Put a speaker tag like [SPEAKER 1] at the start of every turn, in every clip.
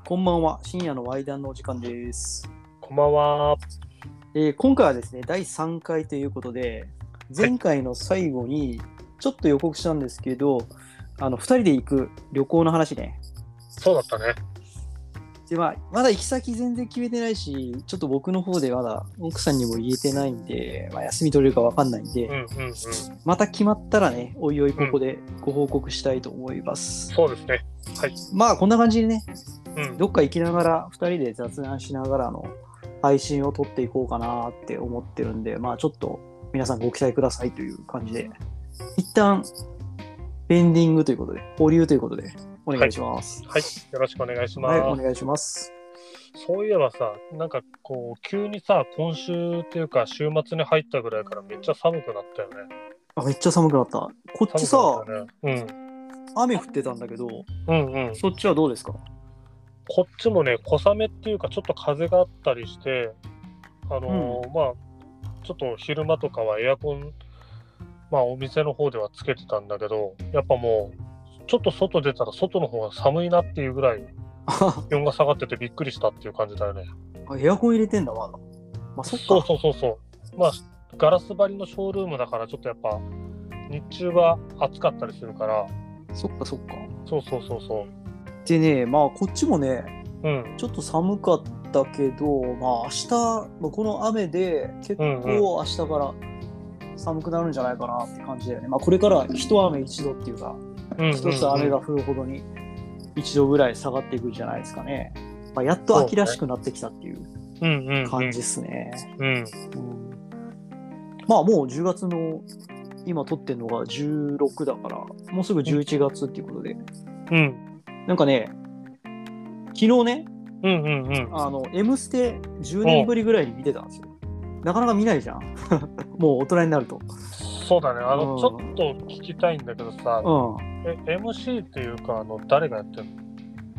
[SPEAKER 1] こんばんは。深夜のワイダンのお時間です。
[SPEAKER 2] こんばんは。
[SPEAKER 1] 今回はですね、第3回ということで、
[SPEAKER 2] はい。
[SPEAKER 1] 前回の最後にちょっと予告したんですけど、2人で行く旅行の話ね。
[SPEAKER 2] そうだったね。
[SPEAKER 1] で、まだ行き先全然決めてないし、ちょっと僕の方でまだ奥さんにも言えてないんで、休み取れるかわかんないんで、
[SPEAKER 2] うんうんうん。
[SPEAKER 1] また決まったらね、おいおい
[SPEAKER 2] うん。
[SPEAKER 1] ここでご報告したいと思います。
[SPEAKER 2] そうですね。はい。
[SPEAKER 1] こんな感じでね、
[SPEAKER 2] うん。
[SPEAKER 1] どっか行きながら2人で雑談しながらの配信を撮っていこうかなって思ってるんで、ちょっと皆さんご期待くださいという感じで、一旦ペンディングということで、保留ということでお願い
[SPEAKER 2] はい。
[SPEAKER 1] します。
[SPEAKER 2] はい。よろしくお願いし
[SPEAKER 1] はい、お
[SPEAKER 2] ます。
[SPEAKER 1] 願いします。
[SPEAKER 2] そういえばさ、急にさ、今週っていうか週末に入ったぐらいからめっちゃ寒くなったよね。
[SPEAKER 1] めっちゃ寒くなった。こっち
[SPEAKER 2] 寒く
[SPEAKER 1] さ、
[SPEAKER 2] なったよね。
[SPEAKER 1] 雨降ってたんだけど、
[SPEAKER 2] うん。うんうん。
[SPEAKER 1] そっちはどうですか？
[SPEAKER 2] こっちもね、小雨っていうかちょっと風があったりして、
[SPEAKER 1] うん。
[SPEAKER 2] ちょっと昼間とかはエアコン、お店の方ではつけてたんだけど、やっぱもう、ちょっと外出たら外の方が寒いなっていうぐらい気温が下がっててびっくりしたっていう感じだよね。
[SPEAKER 1] エアコン入れてんだ、まだ。そっ
[SPEAKER 2] そう
[SPEAKER 1] か。
[SPEAKER 2] そうそうそう。ガラス張りのショールームだからちょっとやっぱ日中は暑かったりするから、
[SPEAKER 1] そっかそっか。
[SPEAKER 2] そうそうそうそう。
[SPEAKER 1] でね、こっちもね、
[SPEAKER 2] うん。
[SPEAKER 1] ちょっと寒かったけど、明日、この雨で結
[SPEAKER 2] うんうん。
[SPEAKER 1] 構明日から寒くなるんじゃないかなって感じだよね。これから一雨一度っていうか、
[SPEAKER 2] うんうん
[SPEAKER 1] 一つ雨
[SPEAKER 2] うん。
[SPEAKER 1] が降るほどに一度ぐらい下がっていくんじゃないですかね。やっと秋らし
[SPEAKER 2] そうね。
[SPEAKER 1] くなってきたっていう
[SPEAKER 2] うんうん
[SPEAKER 1] 感じですね。
[SPEAKER 2] うん。うん。
[SPEAKER 1] うん、もう10月の今撮ってるのが16だから、もうすぐ11月っていうことで。
[SPEAKER 2] うん。
[SPEAKER 1] なんかね、昨日ね、
[SPEAKER 2] うんうんうん。
[SPEAKER 1] M ステ10
[SPEAKER 2] おう。
[SPEAKER 1] 年ぶりぐらいに見てたんですよ。なかなか見ないじゃん。もう大人になると。
[SPEAKER 2] そうだね。
[SPEAKER 1] う
[SPEAKER 2] ちょっ
[SPEAKER 1] ん。
[SPEAKER 2] と聞きたいんだけどさ、
[SPEAKER 1] うん。
[SPEAKER 2] MC っていうか、誰がやってんの？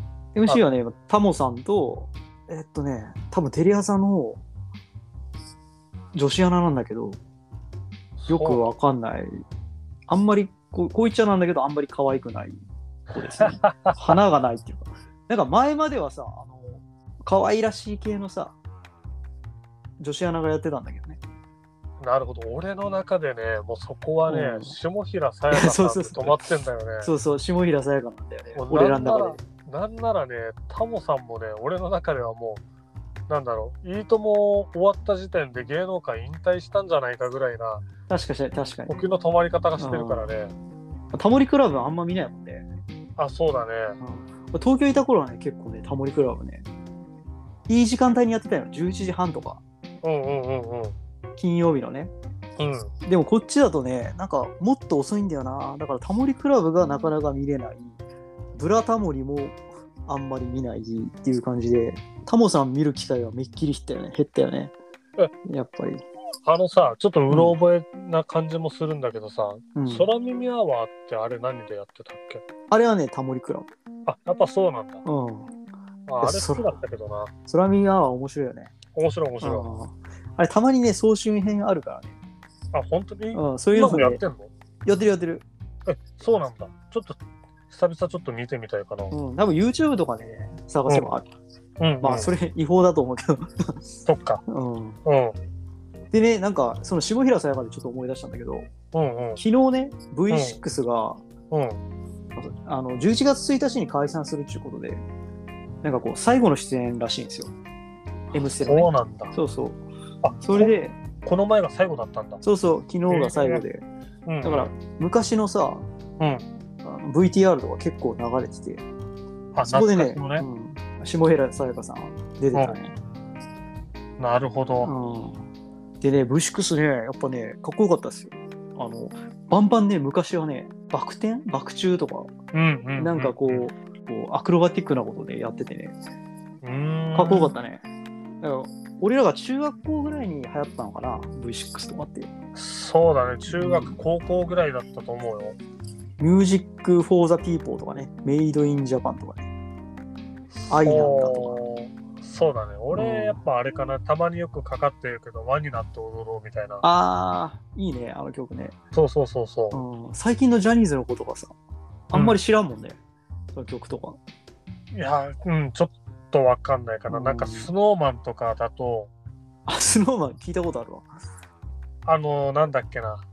[SPEAKER 1] MC
[SPEAKER 2] あ、
[SPEAKER 1] はね、タモさんと、多分テレ朝の女子アナなんだけど、よくわ
[SPEAKER 2] そう
[SPEAKER 1] かんない。あんまりこういっちゃなんだけど、あんまり可愛くない子ですね。花がないっていうか。なんか前まではさ、可愛らしい系のさ、女子アナがやってたんだけどね。
[SPEAKER 2] なるほど。俺の中でね、もうそこはね、
[SPEAKER 1] うん。
[SPEAKER 2] 下平さやか
[SPEAKER 1] そう
[SPEAKER 2] さん
[SPEAKER 1] そうそう。
[SPEAKER 2] で止まってんだよね。
[SPEAKER 1] そうそう、下平さやかなんだよね。
[SPEAKER 2] もう
[SPEAKER 1] 俺らの中で。
[SPEAKER 2] なんならね、タモさんもね、俺の中ではもう、いいとも終わった時点で芸能界引退したんじゃないかぐらいな、
[SPEAKER 1] 確かに、確かに。
[SPEAKER 2] 時の止まり方がしてるから
[SPEAKER 1] う
[SPEAKER 2] ね。
[SPEAKER 1] ん。タモリクラブあんま見ないもんね。
[SPEAKER 2] あ、そうだね。
[SPEAKER 1] 東京いた頃はね、結構ね、タモリクラブね、いい時間帯にやってたよ。11時半とか、
[SPEAKER 2] うんうんうんうん。
[SPEAKER 1] 金曜日のね。
[SPEAKER 2] うん。
[SPEAKER 1] でもこっちだとね、なんかもっと遅いんだよな。だからタモリクラブがなかなか見れない。ブラタモリもあんまり見ないっていう感じで、タモさん見る機会がめっきり減ったよね。
[SPEAKER 2] え、
[SPEAKER 1] やっぱり。
[SPEAKER 2] ちょっとう
[SPEAKER 1] うん。
[SPEAKER 2] ろ覚えな感じもするんだけどさ、
[SPEAKER 1] うん。
[SPEAKER 2] 空耳アワーってあれ何でやってたっけ？
[SPEAKER 1] あれはね、タモリクラブ。
[SPEAKER 2] あ、やっぱそうなんだ。
[SPEAKER 1] うん。
[SPEAKER 2] あれ好きだったけどな。
[SPEAKER 1] 空耳アワー面白いよね。
[SPEAKER 2] 面白い面
[SPEAKER 1] う
[SPEAKER 2] 白い。
[SPEAKER 1] ん。あれたまにね、総集編あるからね。
[SPEAKER 2] あ、本当に
[SPEAKER 1] うん、そういう
[SPEAKER 2] 今
[SPEAKER 1] ので、
[SPEAKER 2] もやってんの？
[SPEAKER 1] やってるやってる。
[SPEAKER 2] そうなんだ。ちょっと、久々ちょっと見てみたいかな。
[SPEAKER 1] うん、多分 YouTube とかでね、探
[SPEAKER 2] うん、
[SPEAKER 1] せばある。
[SPEAKER 2] うんうん。
[SPEAKER 1] それ違法だと思うけど。
[SPEAKER 2] そっか。
[SPEAKER 1] うん。
[SPEAKER 2] うん、
[SPEAKER 1] でね、なんか、その下平さやかでちょっと思い出したんだけど、
[SPEAKER 2] うんうん。
[SPEAKER 1] 昨日ね、
[SPEAKER 2] うん、
[SPEAKER 1] V6 が、
[SPEAKER 2] うん。
[SPEAKER 1] 11月1日に解散するっていうことで、なんかこう、最後の出演らしいんですよ。M ステのね。
[SPEAKER 2] そうなんだ。
[SPEAKER 1] そうそう。
[SPEAKER 2] あ、
[SPEAKER 1] それで、
[SPEAKER 2] この前が最後だったんだ。
[SPEAKER 1] そうそう、昨日
[SPEAKER 2] へえ。
[SPEAKER 1] が最後で。
[SPEAKER 2] うん
[SPEAKER 1] だから、
[SPEAKER 2] うん。
[SPEAKER 1] 昔のさ、
[SPEAKER 2] うん。
[SPEAKER 1] VTR とか結構流れてて、
[SPEAKER 2] あ、懐
[SPEAKER 1] そこでね、
[SPEAKER 2] かしのね。
[SPEAKER 1] 下平さやかさん出てたね。
[SPEAKER 2] なるほど。
[SPEAKER 1] うん。でね、V6 ね、やっぱね、かっこよかったですよ。バンバンね、昔はね、バク転バク宙とか、
[SPEAKER 2] うんうん
[SPEAKER 1] なんかこう、
[SPEAKER 2] うん
[SPEAKER 1] アクロバティックなことでやっててね、
[SPEAKER 2] うん。
[SPEAKER 1] かっこよか
[SPEAKER 2] うーん。
[SPEAKER 1] ったね。だから俺らが中学校ぐらいに流行ったのかな、V6 とかって。
[SPEAKER 2] そうだね。中学、
[SPEAKER 1] うん。
[SPEAKER 2] 高校ぐらいだったと思うよ。
[SPEAKER 1] ミュージック・フォー・ザ・ピーポーとかね、メイド・イン・ジャパンとかね、愛なんだとか。
[SPEAKER 2] そうだね。
[SPEAKER 1] う
[SPEAKER 2] 俺、やっ
[SPEAKER 1] ん。
[SPEAKER 2] ぱあれかな。たまによくかかってるけど、輪になって踊ろうみたいな。
[SPEAKER 1] いいね、あの曲ね。
[SPEAKER 2] そうそうそうそ
[SPEAKER 1] 最近のジャニーズの子とかさ、あ
[SPEAKER 2] う。う
[SPEAKER 1] んまり
[SPEAKER 2] ん。
[SPEAKER 1] 知らんもんね、その曲とか。
[SPEAKER 2] いや、うん、ちょっとわかんないかな。
[SPEAKER 1] うん
[SPEAKER 2] なんかスノーマンとかだと、
[SPEAKER 1] あ、スノーマン聞いたことあるわ。
[SPEAKER 2] なんだっけな。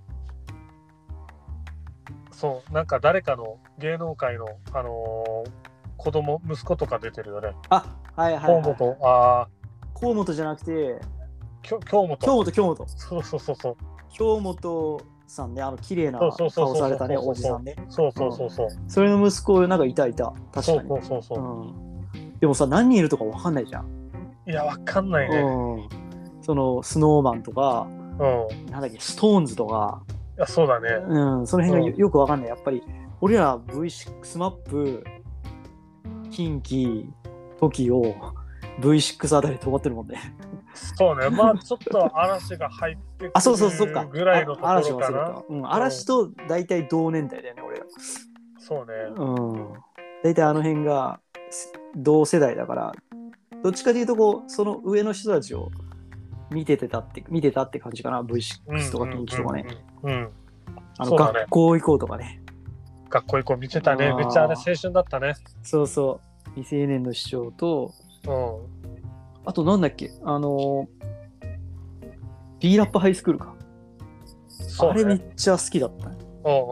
[SPEAKER 2] そう、なんか誰かの芸能界の、息子とか出てるよね。
[SPEAKER 1] あ、はいはいはい、はい。
[SPEAKER 2] 河本、
[SPEAKER 1] 河本じゃなくて、
[SPEAKER 2] 京本。
[SPEAKER 1] 京本。
[SPEAKER 2] そうそうそうそう。
[SPEAKER 1] 京本さんね、綺麗な
[SPEAKER 2] そう
[SPEAKER 1] 顔されたね、おじさんね。
[SPEAKER 2] そうそうそうそう。
[SPEAKER 1] それの息子、なんかいた。確かに。
[SPEAKER 2] そう。
[SPEAKER 1] でもさ、何人いるとかわかんないじゃん。
[SPEAKER 2] いや、わかんないね。
[SPEAKER 1] その、スノーマンとか、
[SPEAKER 2] うん。
[SPEAKER 1] なんだっけ、ストーンズとか、
[SPEAKER 2] いや、そうだね。
[SPEAKER 1] その辺がよくわかんない。やっぱり、俺ら V6 マップ、近畿、TOKIO、V6 あたり止まってるもんね。
[SPEAKER 2] そうね。まあ、ちょっと嵐が入ってく
[SPEAKER 1] そうか。
[SPEAKER 2] るぐらいのところ
[SPEAKER 1] 嵐忘れ
[SPEAKER 2] かな。
[SPEAKER 1] た。嵐と大体同年代だよね、俺ら。
[SPEAKER 2] そうね。
[SPEAKER 1] 大体あの辺が同世代だから、どっちかというとその上の人たちを見てたって感じかな、V6 とか近畿とかね。学校行こうとかね。
[SPEAKER 2] 学校行こう見てたね。めっちゃあれ青春だったね。
[SPEAKER 1] そうそう。未成年の主張と、あとなんだっけ、B ラップハイスクールか。あれめっちゃ好きだったね。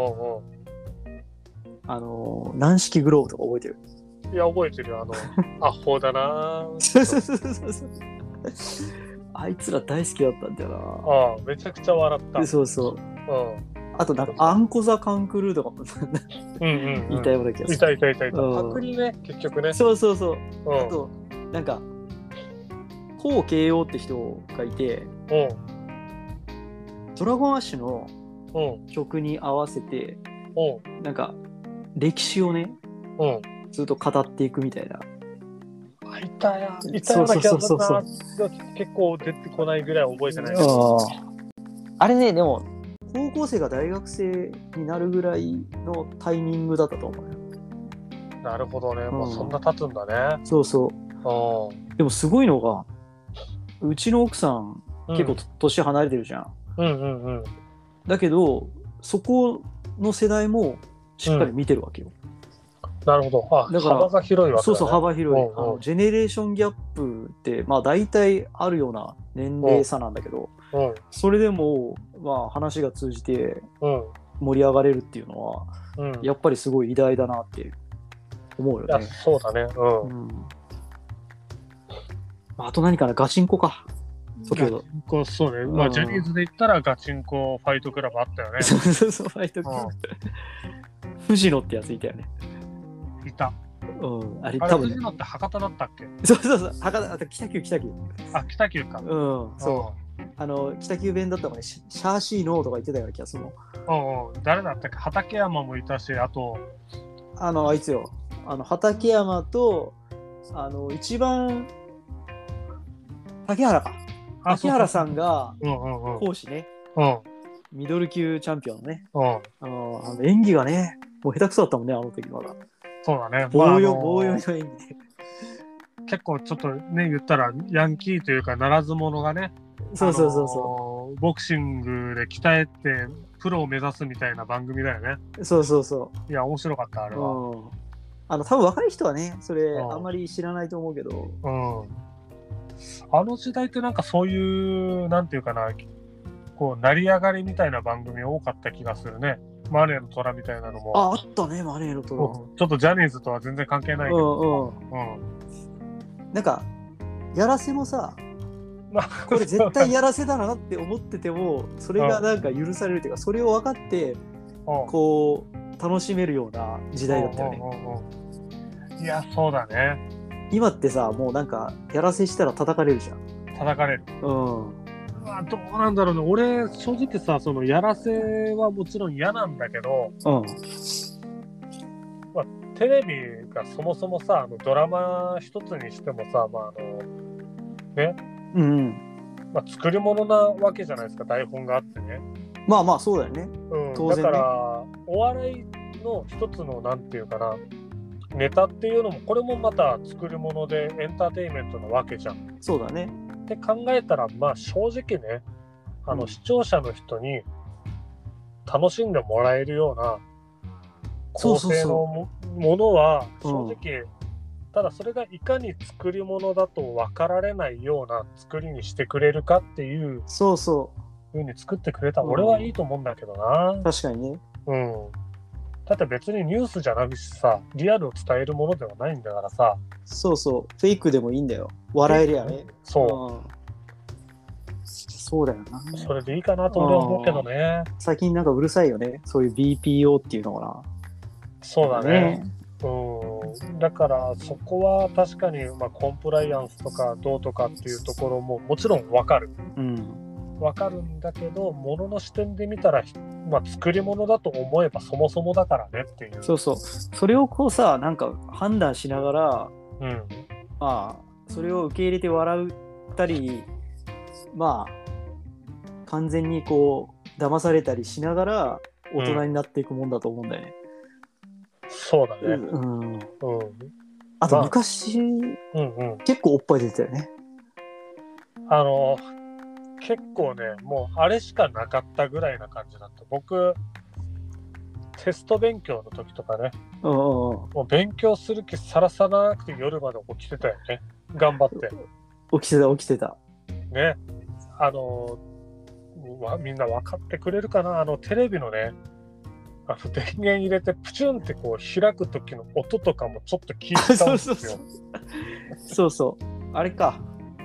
[SPEAKER 1] 軟式グローブとか覚えてる？
[SPEAKER 2] いや、覚えてるよ。アホだな。
[SPEAKER 1] そう。あいつら大好きだったんだよ
[SPEAKER 2] な。めちゃくちゃ笑った。
[SPEAKER 1] そう。あとなんかアンコザカンクルーとかもいたような気がする。
[SPEAKER 2] いた。パクリね、結局ね。
[SPEAKER 1] そう。あとなんか高慶応って人がいて、ドラゴンアッシュの曲に合わせてなんか歴史をねずっと語っていくみたいな。
[SPEAKER 2] いたような気がするな。結構出てこないぐらい覚えてない。
[SPEAKER 1] あれね、でも高校生が大学生になるぐらいのタイミングだったと思うよ。
[SPEAKER 2] なるほどね。もうそんな経つんだね。
[SPEAKER 1] そう。でもすごいのが、うちの奥さん結構年離れてるじゃん。だけどそこの世代もしっかり見てるわけよ。
[SPEAKER 2] なるほど。だから幅が広いわけだね。
[SPEAKER 1] そう、幅広い。ジェネレーションギャップってまあ大体あるような年齢差なんだけど、それでもまあ話が通じて盛り上がれるっていうのは、やっぱりすごい偉大だなって思うよね。
[SPEAKER 2] いや、そうだね。
[SPEAKER 1] あと何かな、ガチンコか。
[SPEAKER 2] そうね。まあジャニーズで言ったらガチンコファイトクラブあったよね。
[SPEAKER 1] そう、ファイトクラブ。藤野ってやついたよね。
[SPEAKER 2] いた。
[SPEAKER 1] あれ多分
[SPEAKER 2] 藤野って博多だったっけ？
[SPEAKER 1] そう、博多、あと北九。
[SPEAKER 2] あ、北九か。
[SPEAKER 1] そう。北九弁だったもんね。シャーシーノーとか言ってたような気がする
[SPEAKER 2] の。誰だったっけ？畠山もいたし、あと
[SPEAKER 1] あいつよ。畠山と一番竹原か。竹原さんが講師ね。ミドル級チャンピオンのね。演技がね、もう下手くそだったもんね、あの時まだ。
[SPEAKER 2] そうだね。
[SPEAKER 1] 棒読みの演技で。
[SPEAKER 2] 結構ちょっとね、言ったらヤンキーというかならず者がね。
[SPEAKER 1] そう。
[SPEAKER 2] ボクシングで鍛えてプロを目指すみたいな番組だよね。
[SPEAKER 1] そう。
[SPEAKER 2] いや、面白かった、あれは。
[SPEAKER 1] 多分若い人はね、それあんまり知らないと思うけど。
[SPEAKER 2] あの時代ってなんかそういう、なんていうかな、こう、成り上がりみたいな番組多かった気がするね。マネーの虎みたいなのも。
[SPEAKER 1] あったね、マネーの虎。
[SPEAKER 2] ちょっとジャニーズとは全然関係ないけど。
[SPEAKER 1] なんか、やらせもさ、これ絶対やらせだなって思ってても、それがなんか許されるというか、それを分かって、こう、楽しめるような時代だったよね。
[SPEAKER 2] いや、そうだね。
[SPEAKER 1] 今ってさ、もうなんかやらせしたら叩かれるじゃん。
[SPEAKER 2] 叩かれる。どうなんだろうね。俺正直さ、そのやらせはもちろん嫌なんだけど、テレビがそもそもさ、ドラマ一つにしてもさ、ね、作り物なわけじゃないですか、台本があってね。
[SPEAKER 1] まあそうだよね。当然ね。
[SPEAKER 2] だからお笑いの一つのなんていうかな。ネタっていうのもこれもまた作り物でエンターテインメントなわけじゃん。
[SPEAKER 1] そうだね。
[SPEAKER 2] って考えたらまあ正直ね、視聴者の人に楽しんでもらえるような構成のものは正直ただそれがいかに作り物だと分かられないような作りにしてくれるかっていう
[SPEAKER 1] そうそ
[SPEAKER 2] 風に作ってくれたら俺はいいと思うんだけどな。
[SPEAKER 1] う。確かにね。
[SPEAKER 2] だって別にニュースじゃなくしさ、リアルを伝えるものではないんだからさ。
[SPEAKER 1] そうそう。フェイクでもいいんだよ。笑えりゃね。
[SPEAKER 2] そう。
[SPEAKER 1] そうだよな。
[SPEAKER 2] それでいいかなと俺は思うけどね。
[SPEAKER 1] 最近なんかうるさいよね。そういう BPO っていうのかな。
[SPEAKER 2] そうだね。だからそこは確かに、コンプライアンスとかどうとかっていうところももちろん分かる。分かるんだけど、物の視点で見たら、作り物だと思えばそもそもだからねっていう。
[SPEAKER 1] そうそう。それをこうさ、なんか判断しながら、それを受け入れて笑ったり、完全にこう騙されたりしながら大人になっていくもんだと思うんだよね。
[SPEAKER 2] そうだね。
[SPEAKER 1] あと昔、結構おっぱい出てたよね。
[SPEAKER 2] 結構ね、もうあれしかなかったぐらいな感じだった。僕、テスト勉強の時とかね、もう勉強する気さらさなくて夜まで起きてたよね。頑張って。
[SPEAKER 1] 起きてた。
[SPEAKER 2] ね。みんな分かってくれるかな、テレビのね、電源入れてプチュンってこう開く時の音とかもちょっと聞いてたんですよ。
[SPEAKER 1] そうそう。あれか。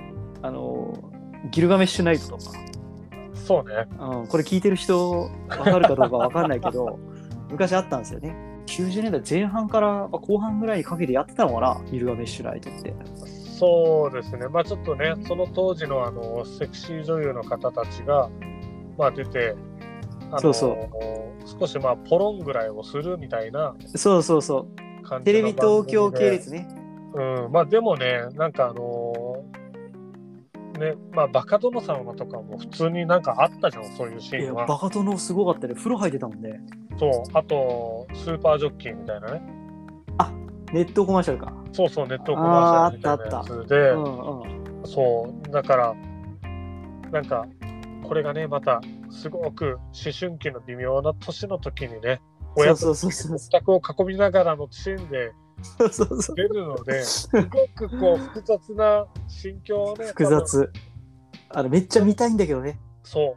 [SPEAKER 1] ギルガメッシュナイトとか。
[SPEAKER 2] そうね。
[SPEAKER 1] これ聞いてる人分かるかどうか分かんないけど、昔あったんですよね。90年代前半から後半ぐらいにかけてやってたのかな、ギルガメッシュナイトって。
[SPEAKER 2] そうですね。ちょっとね、その当時のセクシー女優の方たちが出て、少しポロンぐらいをするみたいな。
[SPEAKER 1] そうテレビ東京系列ね。
[SPEAKER 2] でもね、なんかバカ殿様とかも普通になんかあったじゃん、そういうシーンは。
[SPEAKER 1] バカ殿すごかったね。風呂入ってたもんね。
[SPEAKER 2] そう、あとスーパージョッキーみたいなね。
[SPEAKER 1] ネットコマーシャルか。
[SPEAKER 2] そう、ネットコマーシャルみたいなやつで、そうだからなんかこれがね、またすごく思春期の微妙な年の時にね、親と自宅を囲みながらのシーンで出るので、すごくこう複雑な心境をね。
[SPEAKER 1] 複雑。めっちゃ見たいんだけどね。
[SPEAKER 2] そう。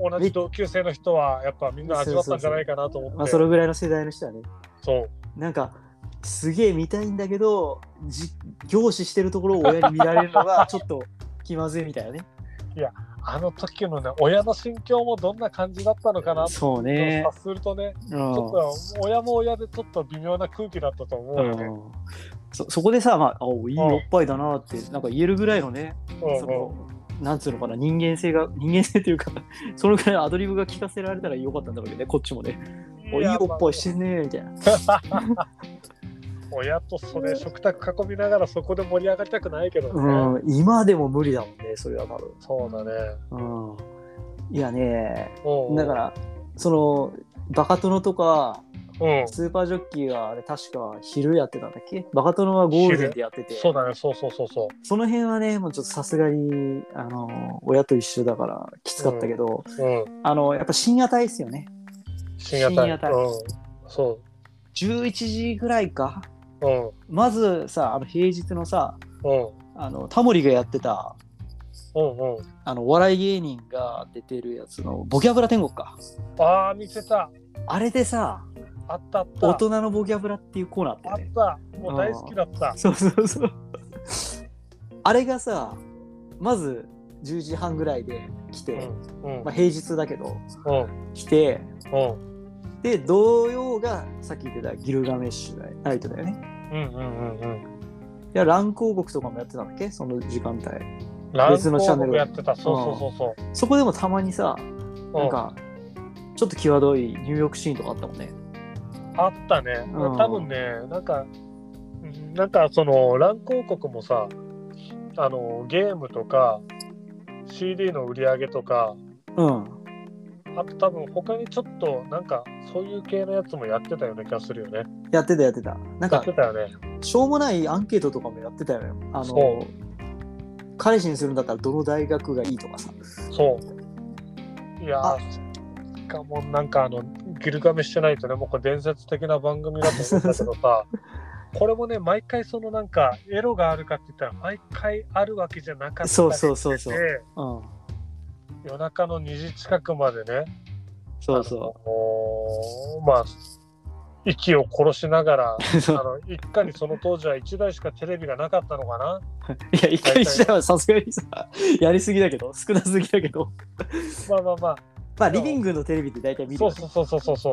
[SPEAKER 2] 同じ同級生の人はやっぱみんな味わったんじゃないかなと思って。
[SPEAKER 1] それぐらいの世代の人はね。
[SPEAKER 2] そう。
[SPEAKER 1] なんかすげえ見たいんだけど、凝視してるところを親に見られるのがちょっと気まずいみたいなね。
[SPEAKER 2] いや、あの時のね、親の心境もどんな感じだったのかなって察するとね、ちょっと親も親でちょっと微妙な空気だったと思うよね。
[SPEAKER 1] そこでさ、いいおっぱいだなってなんか言えるぐらいのね、なんつうのかな、人間性というかそのぐらいのアドリブが聞かせられたらよかったんだろうけどね、こっちもね。いいおっぱいしてんねみたいな。
[SPEAKER 2] 親とそれ食卓囲みながらそこで盛り上がりたくないけどね。
[SPEAKER 1] 今でも無理だもんね、それは多分。
[SPEAKER 2] そうだね。
[SPEAKER 1] いやね、だからそのバカ殿とか、スーパージョッキーがあれ確か昼やってたんだっけ？バカ殿はゴールデンでやってて。
[SPEAKER 2] そうだね、そう。
[SPEAKER 1] その辺はね、もうちょっとさすがに親と一緒だからきつかったけど、やっぱ深夜帯ですよね。
[SPEAKER 2] 深夜帯。そう。
[SPEAKER 1] 11時ぐらいか。まずさ、平日のさ、タモリがやってた、お笑い芸人が出てるやつのボキャブラ天国か。
[SPEAKER 2] 見てた。
[SPEAKER 1] あれでさ、
[SPEAKER 2] あった。
[SPEAKER 1] 大人のボキャブラっていうコーナーあったよね。
[SPEAKER 2] あった。もう大好きだった。
[SPEAKER 1] そう。あれがさ、まず10時半ぐらいで来て、平日だけど、来て、で、土曜がさっき言ってたギルガメッシュナイトだよね。いや、乱広告とかもやってたんだっけ、その時間帯。別のチャンネル
[SPEAKER 2] やってた。そう。
[SPEAKER 1] そこでもたまにさ、なんかちょっと際どい入浴シーンとかあったもんね。
[SPEAKER 2] あったね。多分ね、なんかその乱広告もさ、ゲームとか CD の売り上げとか、あと多分他にちょっとなんかそういう系のやつもやってたような気がするよね。
[SPEAKER 1] やってた。なんか
[SPEAKER 2] やってたよね。
[SPEAKER 1] しょうもないアンケートとかもやってたよね。彼氏にするんだったらどの大学がいいとかさ。そう。
[SPEAKER 2] いやしかもなんかギルガメッシュナイトね、もうこれ伝説的な番組だと思うんだけどさこれもね、毎回そのなんかエロがあるかって言ったら毎回あるわけじゃなかったりしてて、
[SPEAKER 1] そうそうそうそう。うん。
[SPEAKER 2] 夜中の2時近くまでね、
[SPEAKER 1] そうそ
[SPEAKER 2] まあ息を殺しながら、
[SPEAKER 1] う。そう
[SPEAKER 2] 一家にその当時は1台しかテレビがなかったのかな。
[SPEAKER 1] いや、一回しちゃさすがにさ、やりすぎだけど、少なすぎだけど。
[SPEAKER 2] まあまあまあ。
[SPEAKER 1] まあ、リビングのテレビって大体見るよね。
[SPEAKER 2] そう。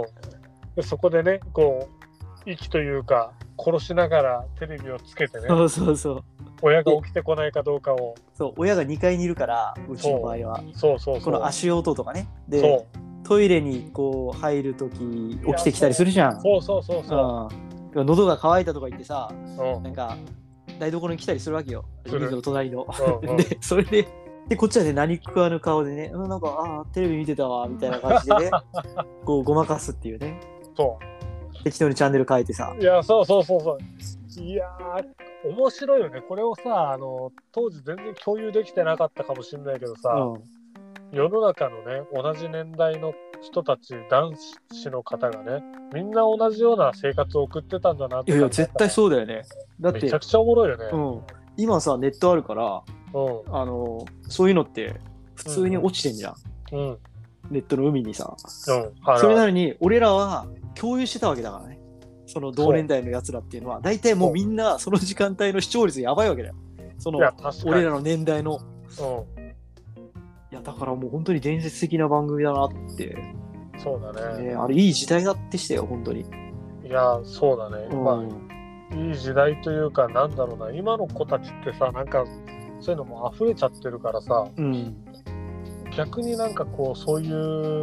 [SPEAKER 2] でそこでね、こう、息というか、殺しながらテレビをつけてね、
[SPEAKER 1] そうそうそう。
[SPEAKER 2] 親が起きてこないかどうかを。
[SPEAKER 1] そう、親が2階にいるから、うちの場合は。
[SPEAKER 2] そう。
[SPEAKER 1] この足音とかね。
[SPEAKER 2] そ
[SPEAKER 1] で、
[SPEAKER 2] う。
[SPEAKER 1] トイレにこう入るとき、起きてきたりするじゃん。
[SPEAKER 2] そう。
[SPEAKER 1] 喉が渇いたとか言ってさ、
[SPEAKER 2] うん
[SPEAKER 1] なんか、台所に来たりするわけよ。
[SPEAKER 2] する
[SPEAKER 1] リビングの隣の。
[SPEAKER 2] うん
[SPEAKER 1] で、それで、こっちはね、何食わぬ顔でね、なんか、テレビ見てたわ、みたいな感じでね、こう、ごまかすっていうね。
[SPEAKER 2] そ
[SPEAKER 1] 適当にチャンネル変えてさ。
[SPEAKER 2] う。いや、そう。いやー、面白いよね。これをさ、当時全然共有できてなかったかもしれないけどさ、世の中のね、同じ年代の人たち、男子の方がね、みんな同じような生活を送ってたんだなって。
[SPEAKER 1] いや、絶対そうだよね。だって、
[SPEAKER 2] めちゃくちゃおもろいよね。
[SPEAKER 1] 今さ、ネットあるから、そういうのって普通に落ちてんじゃん。ネットの海にさ。それなのに、俺らは共有してたわけだからね。その同年代のやつらっていうのは、大体もうみんなその時間帯の視聴率やばいわけだよ。俺らの年代の。いや、だからもう本当に伝説的な番組だなって。
[SPEAKER 2] そうだね。
[SPEAKER 1] あれ、いい時代だってしたよ、本当に。
[SPEAKER 2] いや、そうだね。いい時代というか、なんだろうな、今の子たちってさ、なんかそういうのも溢れちゃってるからさ、逆になんかこう、そういう、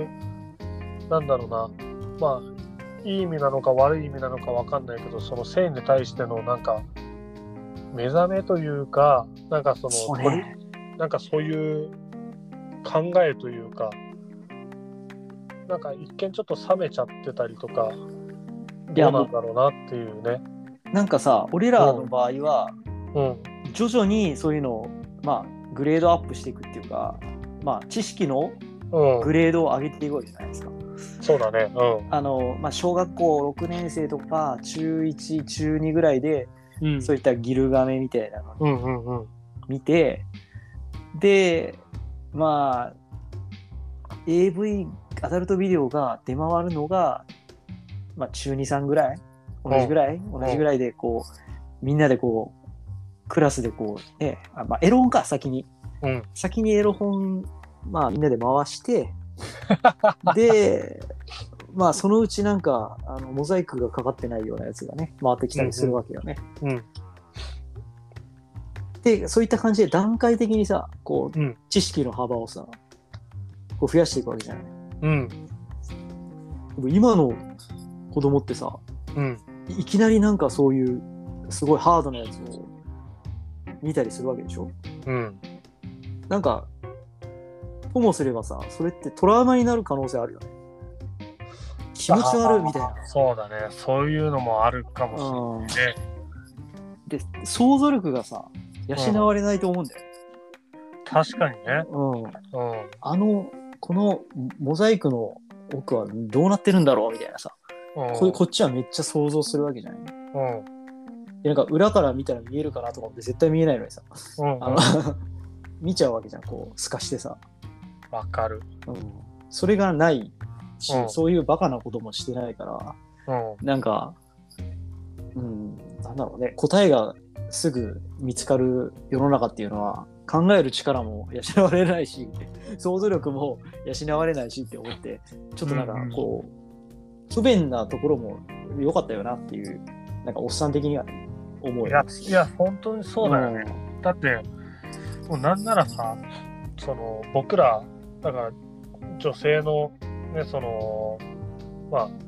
[SPEAKER 2] なんだろうな、まあ、いい意味なのか悪い意味なのかわかんないけど、その性に対してのなんか、目覚めというか、なんかなんかそういう考えというか、なんか一見ちょっと冷めちゃってたりとか、どうなんだろうなっていうね。
[SPEAKER 1] なんかさ、俺らの場合は、徐々にそういうのを、まあ、グレードアップしていくっていうか、まあ、知識のグレードを上げていくわけじゃないですか。
[SPEAKER 2] そうだね。
[SPEAKER 1] まあ、小学校6年生とか、中1、中2ぐらいで、そういったギルガメみたいなのを見て、で、まあ、AV、アダルトビデオが出回るのが、まあ、中2、3ぐらい同じぐらいで、こう、みんなでこう、クラスでこう、ね、まあ、エロ本か、先にエロ本、まあ、みんなで回して、で、まあ、そのうちなんか、モザイクがかかってないようなやつがね、回ってきたりするわけよね。で、そういった感じで段階的にさ、こう、知識の幅をさ、こう増やしていくわけじゃない。今の子供ってさ、いきなりなんかそういうすごいハードなやつを見たりするわけでしょ。なんかともすればさ、それってトラウマになる可能性あるよね。気持ち悪いみたいな。
[SPEAKER 2] そうだね。そういうのもあるかもしれないね。
[SPEAKER 1] で、想像力がさ、養われないと思うんだよね。
[SPEAKER 2] 確かにね。
[SPEAKER 1] このモザイクの奥はどうなってるんだろうみたいなさ、こっちはめっちゃ想像するわけじゃない。なんか裏から見たら見えるかなとかって絶対見えないのにさ、見ちゃうわけじゃん、こう透かしてさ。
[SPEAKER 2] わかる。
[SPEAKER 1] それがないし、そういうバカなこともしてないから、なんか、なんだろうね、答えがすぐ見つかる世の中っていうのは考える力も養われないし、想像力も養われないしって思って、ちょっとなんかこう、不便なところも良かったよなっていう、なんかおっさん的には、ね、思う。
[SPEAKER 2] いや、本当にそうだよね。だって、もうなんならさ、僕ら、だから女性のね、まあ、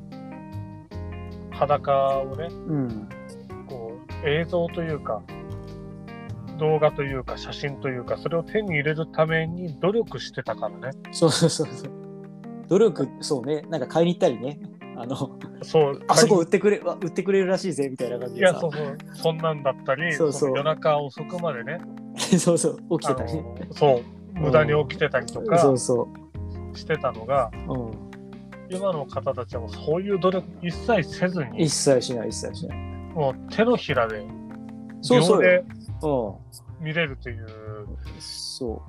[SPEAKER 2] 裸をね、こう映像というか、動画というか写真というか、それを手に入れるために努力してたからね。
[SPEAKER 1] そう努力、そうね、なんか買いに行ったりね、
[SPEAKER 2] そう
[SPEAKER 1] あそこ売ってくれるらしいぜみたいな感じでさ。
[SPEAKER 2] いや、そんなんだったり、夜中遅くまでね
[SPEAKER 1] 起きてたりね、
[SPEAKER 2] 無駄に起きてたりとかしてたのが、今の方たちはもうそういう努力一切せずに、
[SPEAKER 1] 一切しない
[SPEAKER 2] もう手のひらで
[SPEAKER 1] そうそう
[SPEAKER 2] 秒で
[SPEAKER 1] よ。
[SPEAKER 2] 見れるという
[SPEAKER 1] そう。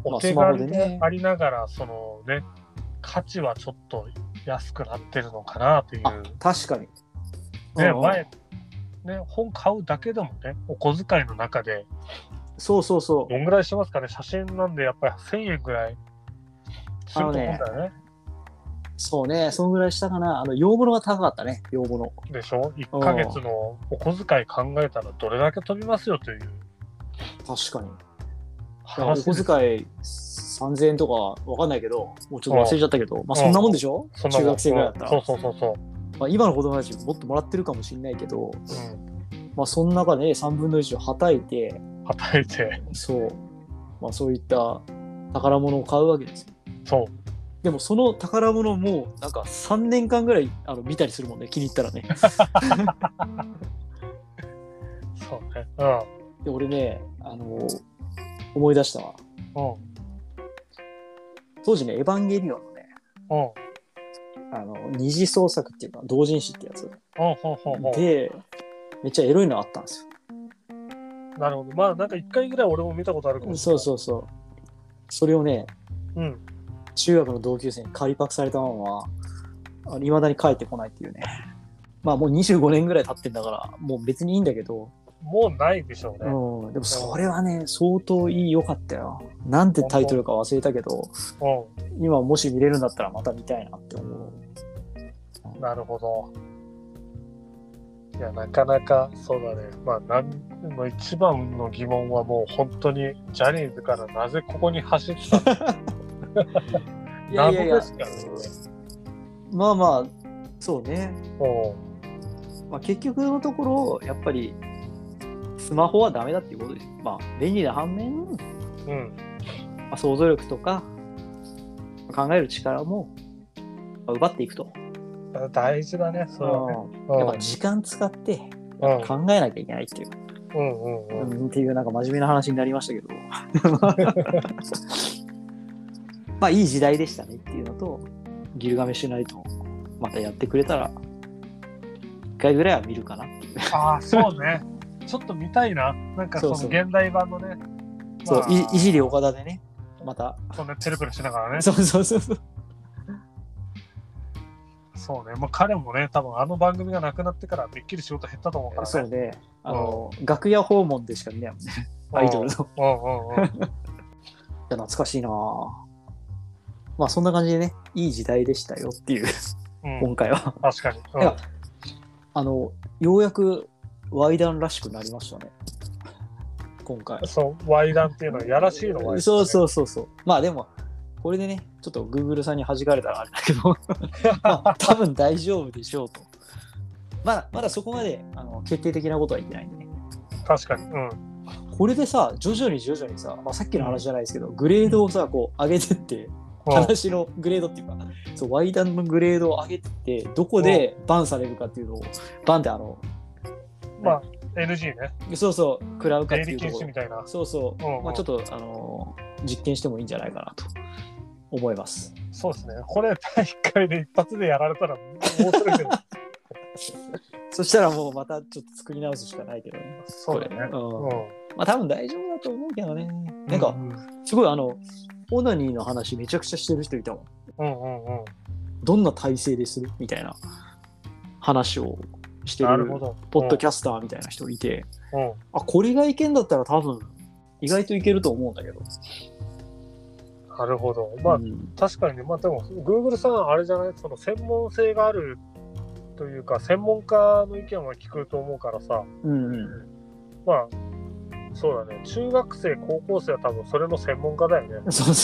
[SPEAKER 2] お手軽でありながら、そのね、価値はちょっと安くなってるのかなという。
[SPEAKER 1] 確かに。
[SPEAKER 2] ね、前、ね、本買うだけでもね、お小遣いの中で、
[SPEAKER 1] そうそうそう。
[SPEAKER 2] どんぐらいしますかね、写真なんでやっぱり1000円ぐらいすると思うんだよね。
[SPEAKER 1] そうね、そのぐらいしたかな。洋物が高かったね、洋物。
[SPEAKER 2] でしょ？ 1 ヶ月のお小遣い考えたらどれだけ飛びますよという。
[SPEAKER 1] 確かに。お小遣い3000円とかわかんないけど、もうちょっと忘れちゃったけど、まあそんなもんでしょ？中学生ぐらいだったら。
[SPEAKER 2] そう。
[SPEAKER 1] まあ今の子供たちもっともらってるかもしれないけど、まあその中で3分の1をはたいて、そう、まあそういった宝物を買うわけですよ。
[SPEAKER 2] そう。
[SPEAKER 1] でもその宝物もなんか3年間ぐらい見たりするもんね、気に入ったらね。
[SPEAKER 2] そうね。
[SPEAKER 1] で俺ね、思い出したわ。当時ね、エヴァンゲリオンのね、二次創作っていうか、同人誌ってやつ。で、めっちゃエロいのあったんですよ。
[SPEAKER 2] なるほど。まあなんか1回ぐらい俺も見たことあるかもしれない。
[SPEAKER 1] そう。それをね、中学の同級生に仮パクされたまま、未だに帰ってこないっていうね。まあもう25年ぐらい経ってんだから、もう別にいいんだけど。
[SPEAKER 2] もうないでしょうね。
[SPEAKER 1] でもそれはね、相当良かったよ。なんてタイトルか忘れたけど、今もし見れるんだったらまた見たいなって思
[SPEAKER 2] う。なるほど。いや、なかなかそうだね。まあ、一番の疑問はもう本当にジャニーズからなぜここに走ったの謎ですからね。
[SPEAKER 1] まあまあ、そうね。まあ、結局のところ、やっぱりスマホはダメだっていうことです。まあ、便利な反面、まあ、想像力とか考える力も奪っていくと。
[SPEAKER 2] 大事だね、それはね。
[SPEAKER 1] やっぱ時間使って考えなきゃいけないっていう。っていうなんか真面目な話になりましたけど。まあいい時代でしたねっていうのと、ギルガメッシュナイトまたやってくれたら1回ぐらいは見るかなっていう。
[SPEAKER 2] ああ、そうね。ちょっと見たいな。なんかその現代版のね。
[SPEAKER 1] そう、いじり岡田でね、また。
[SPEAKER 2] そうね、ペルペルしながらね。
[SPEAKER 1] そう。
[SPEAKER 2] そうね、まあ、彼もね、多分あの番組がなくなってからめっきり仕事減ったと思うからね。
[SPEAKER 1] そうね、楽屋訪問でしか見ないもんね、アイドルの。懐かしいな。まあそんな感じでね、いい時代でしたよっていう、今回は。
[SPEAKER 2] 確かに。
[SPEAKER 1] ようやくワイダンらしくなりましたね、今回。
[SPEAKER 2] そう、ワイダンっていうのはやらしいのワイダン、ね。
[SPEAKER 1] そう。まあでも、これでね、ちょっと Google さんに弾かれたらあれだけど、まあ、多分大丈夫でしょうと。まだそこまで決定的なことは言ってないんでね。
[SPEAKER 2] 確かに。
[SPEAKER 1] これでさ、徐々にさ、まあ、さっきの話じゃないですけど、グレードをさ、こう上げてって、話のグレードっていうか、そう、ワイダンのグレードを上げてって、どこでバンされるかっていうのを、バンって
[SPEAKER 2] まあ、NG ね。
[SPEAKER 1] そう、食らうかっていうところ。
[SPEAKER 2] みたいな。
[SPEAKER 1] そう。まあちょっと、実験してもいいんじゃないかなと思います。
[SPEAKER 2] そうですね。これ、第1回で一発でやられたら、もうそれで。
[SPEAKER 1] そしたらもうまたちょっと作り直すしかないけどね。
[SPEAKER 2] そうだね。
[SPEAKER 1] まあ多分大丈夫だと思うけどね。なんか、すごいオナニーの話めちゃくちゃしてる人いたもん。どんな体勢でするみたいな話をしてるポッドキャスターみたいな人いて、これがいけんだったら多分意外といけると思うんだけど。
[SPEAKER 2] なるほど。まあ、確かにね、まあでも Google さんあれじゃない、その専門性があるというか専門家の意見は聞くと思うからさ、まあそうだね、中学生高校生は多分それの専門家だよね。
[SPEAKER 1] そう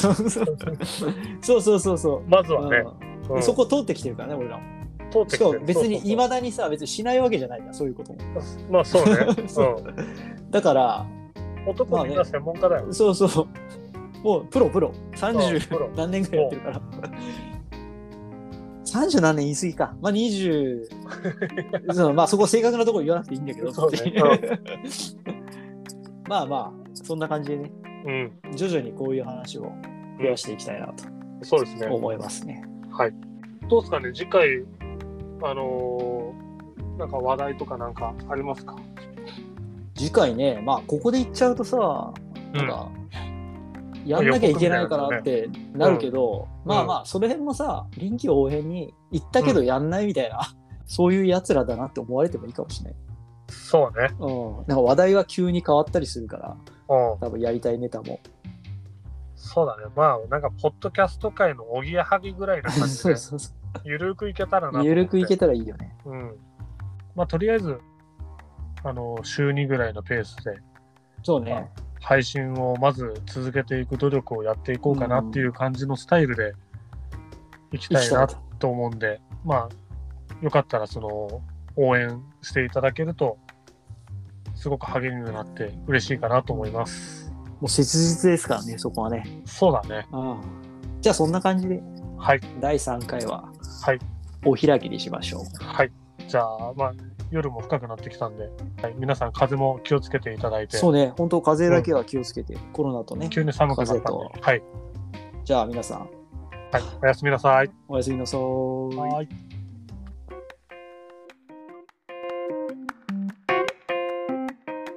[SPEAKER 2] まずはね、
[SPEAKER 1] そこ通ってきてるからね、俺らも。
[SPEAKER 2] 通ってきてる。
[SPEAKER 1] 別にいまだにさ、別にしないわけじゃないから、そういうことも。
[SPEAKER 2] まあそうね。
[SPEAKER 1] だから
[SPEAKER 2] 男みんな専門家だよ。
[SPEAKER 1] そう。もうプロ30何年ぐらいやってるから。30何年言い過ぎか。まあ20まあそこ正確なところ言わなくていいんだけど。まあそんな感じでね、徐々にこういう話を増やしていきたいなと思いますね。
[SPEAKER 2] はい。どうですかね、次回なんか話題とかなんかありますか？
[SPEAKER 1] 次回ね、まあここで言っちゃうとさ、なんか、やんなきゃいけないからってなるけど、まあまあその辺もさ、臨機応変に言ったけどやんないみたいな、そういうやつらだなって思われてもいいかもしれない。
[SPEAKER 2] そうね。
[SPEAKER 1] なんか話題が急に変わったりするから、
[SPEAKER 2] 多
[SPEAKER 1] 分やりたいネタも。
[SPEAKER 2] そうだね。まあなんかポッドキャスト界のおぎやはぎぐらいな感じでゆるくいけたらなと思って。
[SPEAKER 1] ゆるくいけたらいいよね。
[SPEAKER 2] まあとりあえず週2ぐらいのペースで、
[SPEAKER 1] そうね。
[SPEAKER 2] 配信をまず続けていく努力をやっていこうかなっていう感じのスタイルでいきたいなと思うんで、まあよかったら応援していただけるとすごく励みになって嬉しいかなと思います。
[SPEAKER 1] もう切実ですからね、そこはね。
[SPEAKER 2] そうだね。
[SPEAKER 1] じゃあそんな感じで、
[SPEAKER 2] はい、
[SPEAKER 1] 第3回は
[SPEAKER 2] はい
[SPEAKER 1] お開きにしましょう。
[SPEAKER 2] はい。じゃあまあ夜も深くなってきたんで、はい、皆さん風も気をつけていただいて。
[SPEAKER 1] そうね、本当風邪だけは気をつけて、コロナとね。
[SPEAKER 2] 急に寒くなったんで。はい。
[SPEAKER 1] じゃあ皆さん。
[SPEAKER 2] はい、おやすみなさい。
[SPEAKER 1] おやすみなさい。
[SPEAKER 2] はい。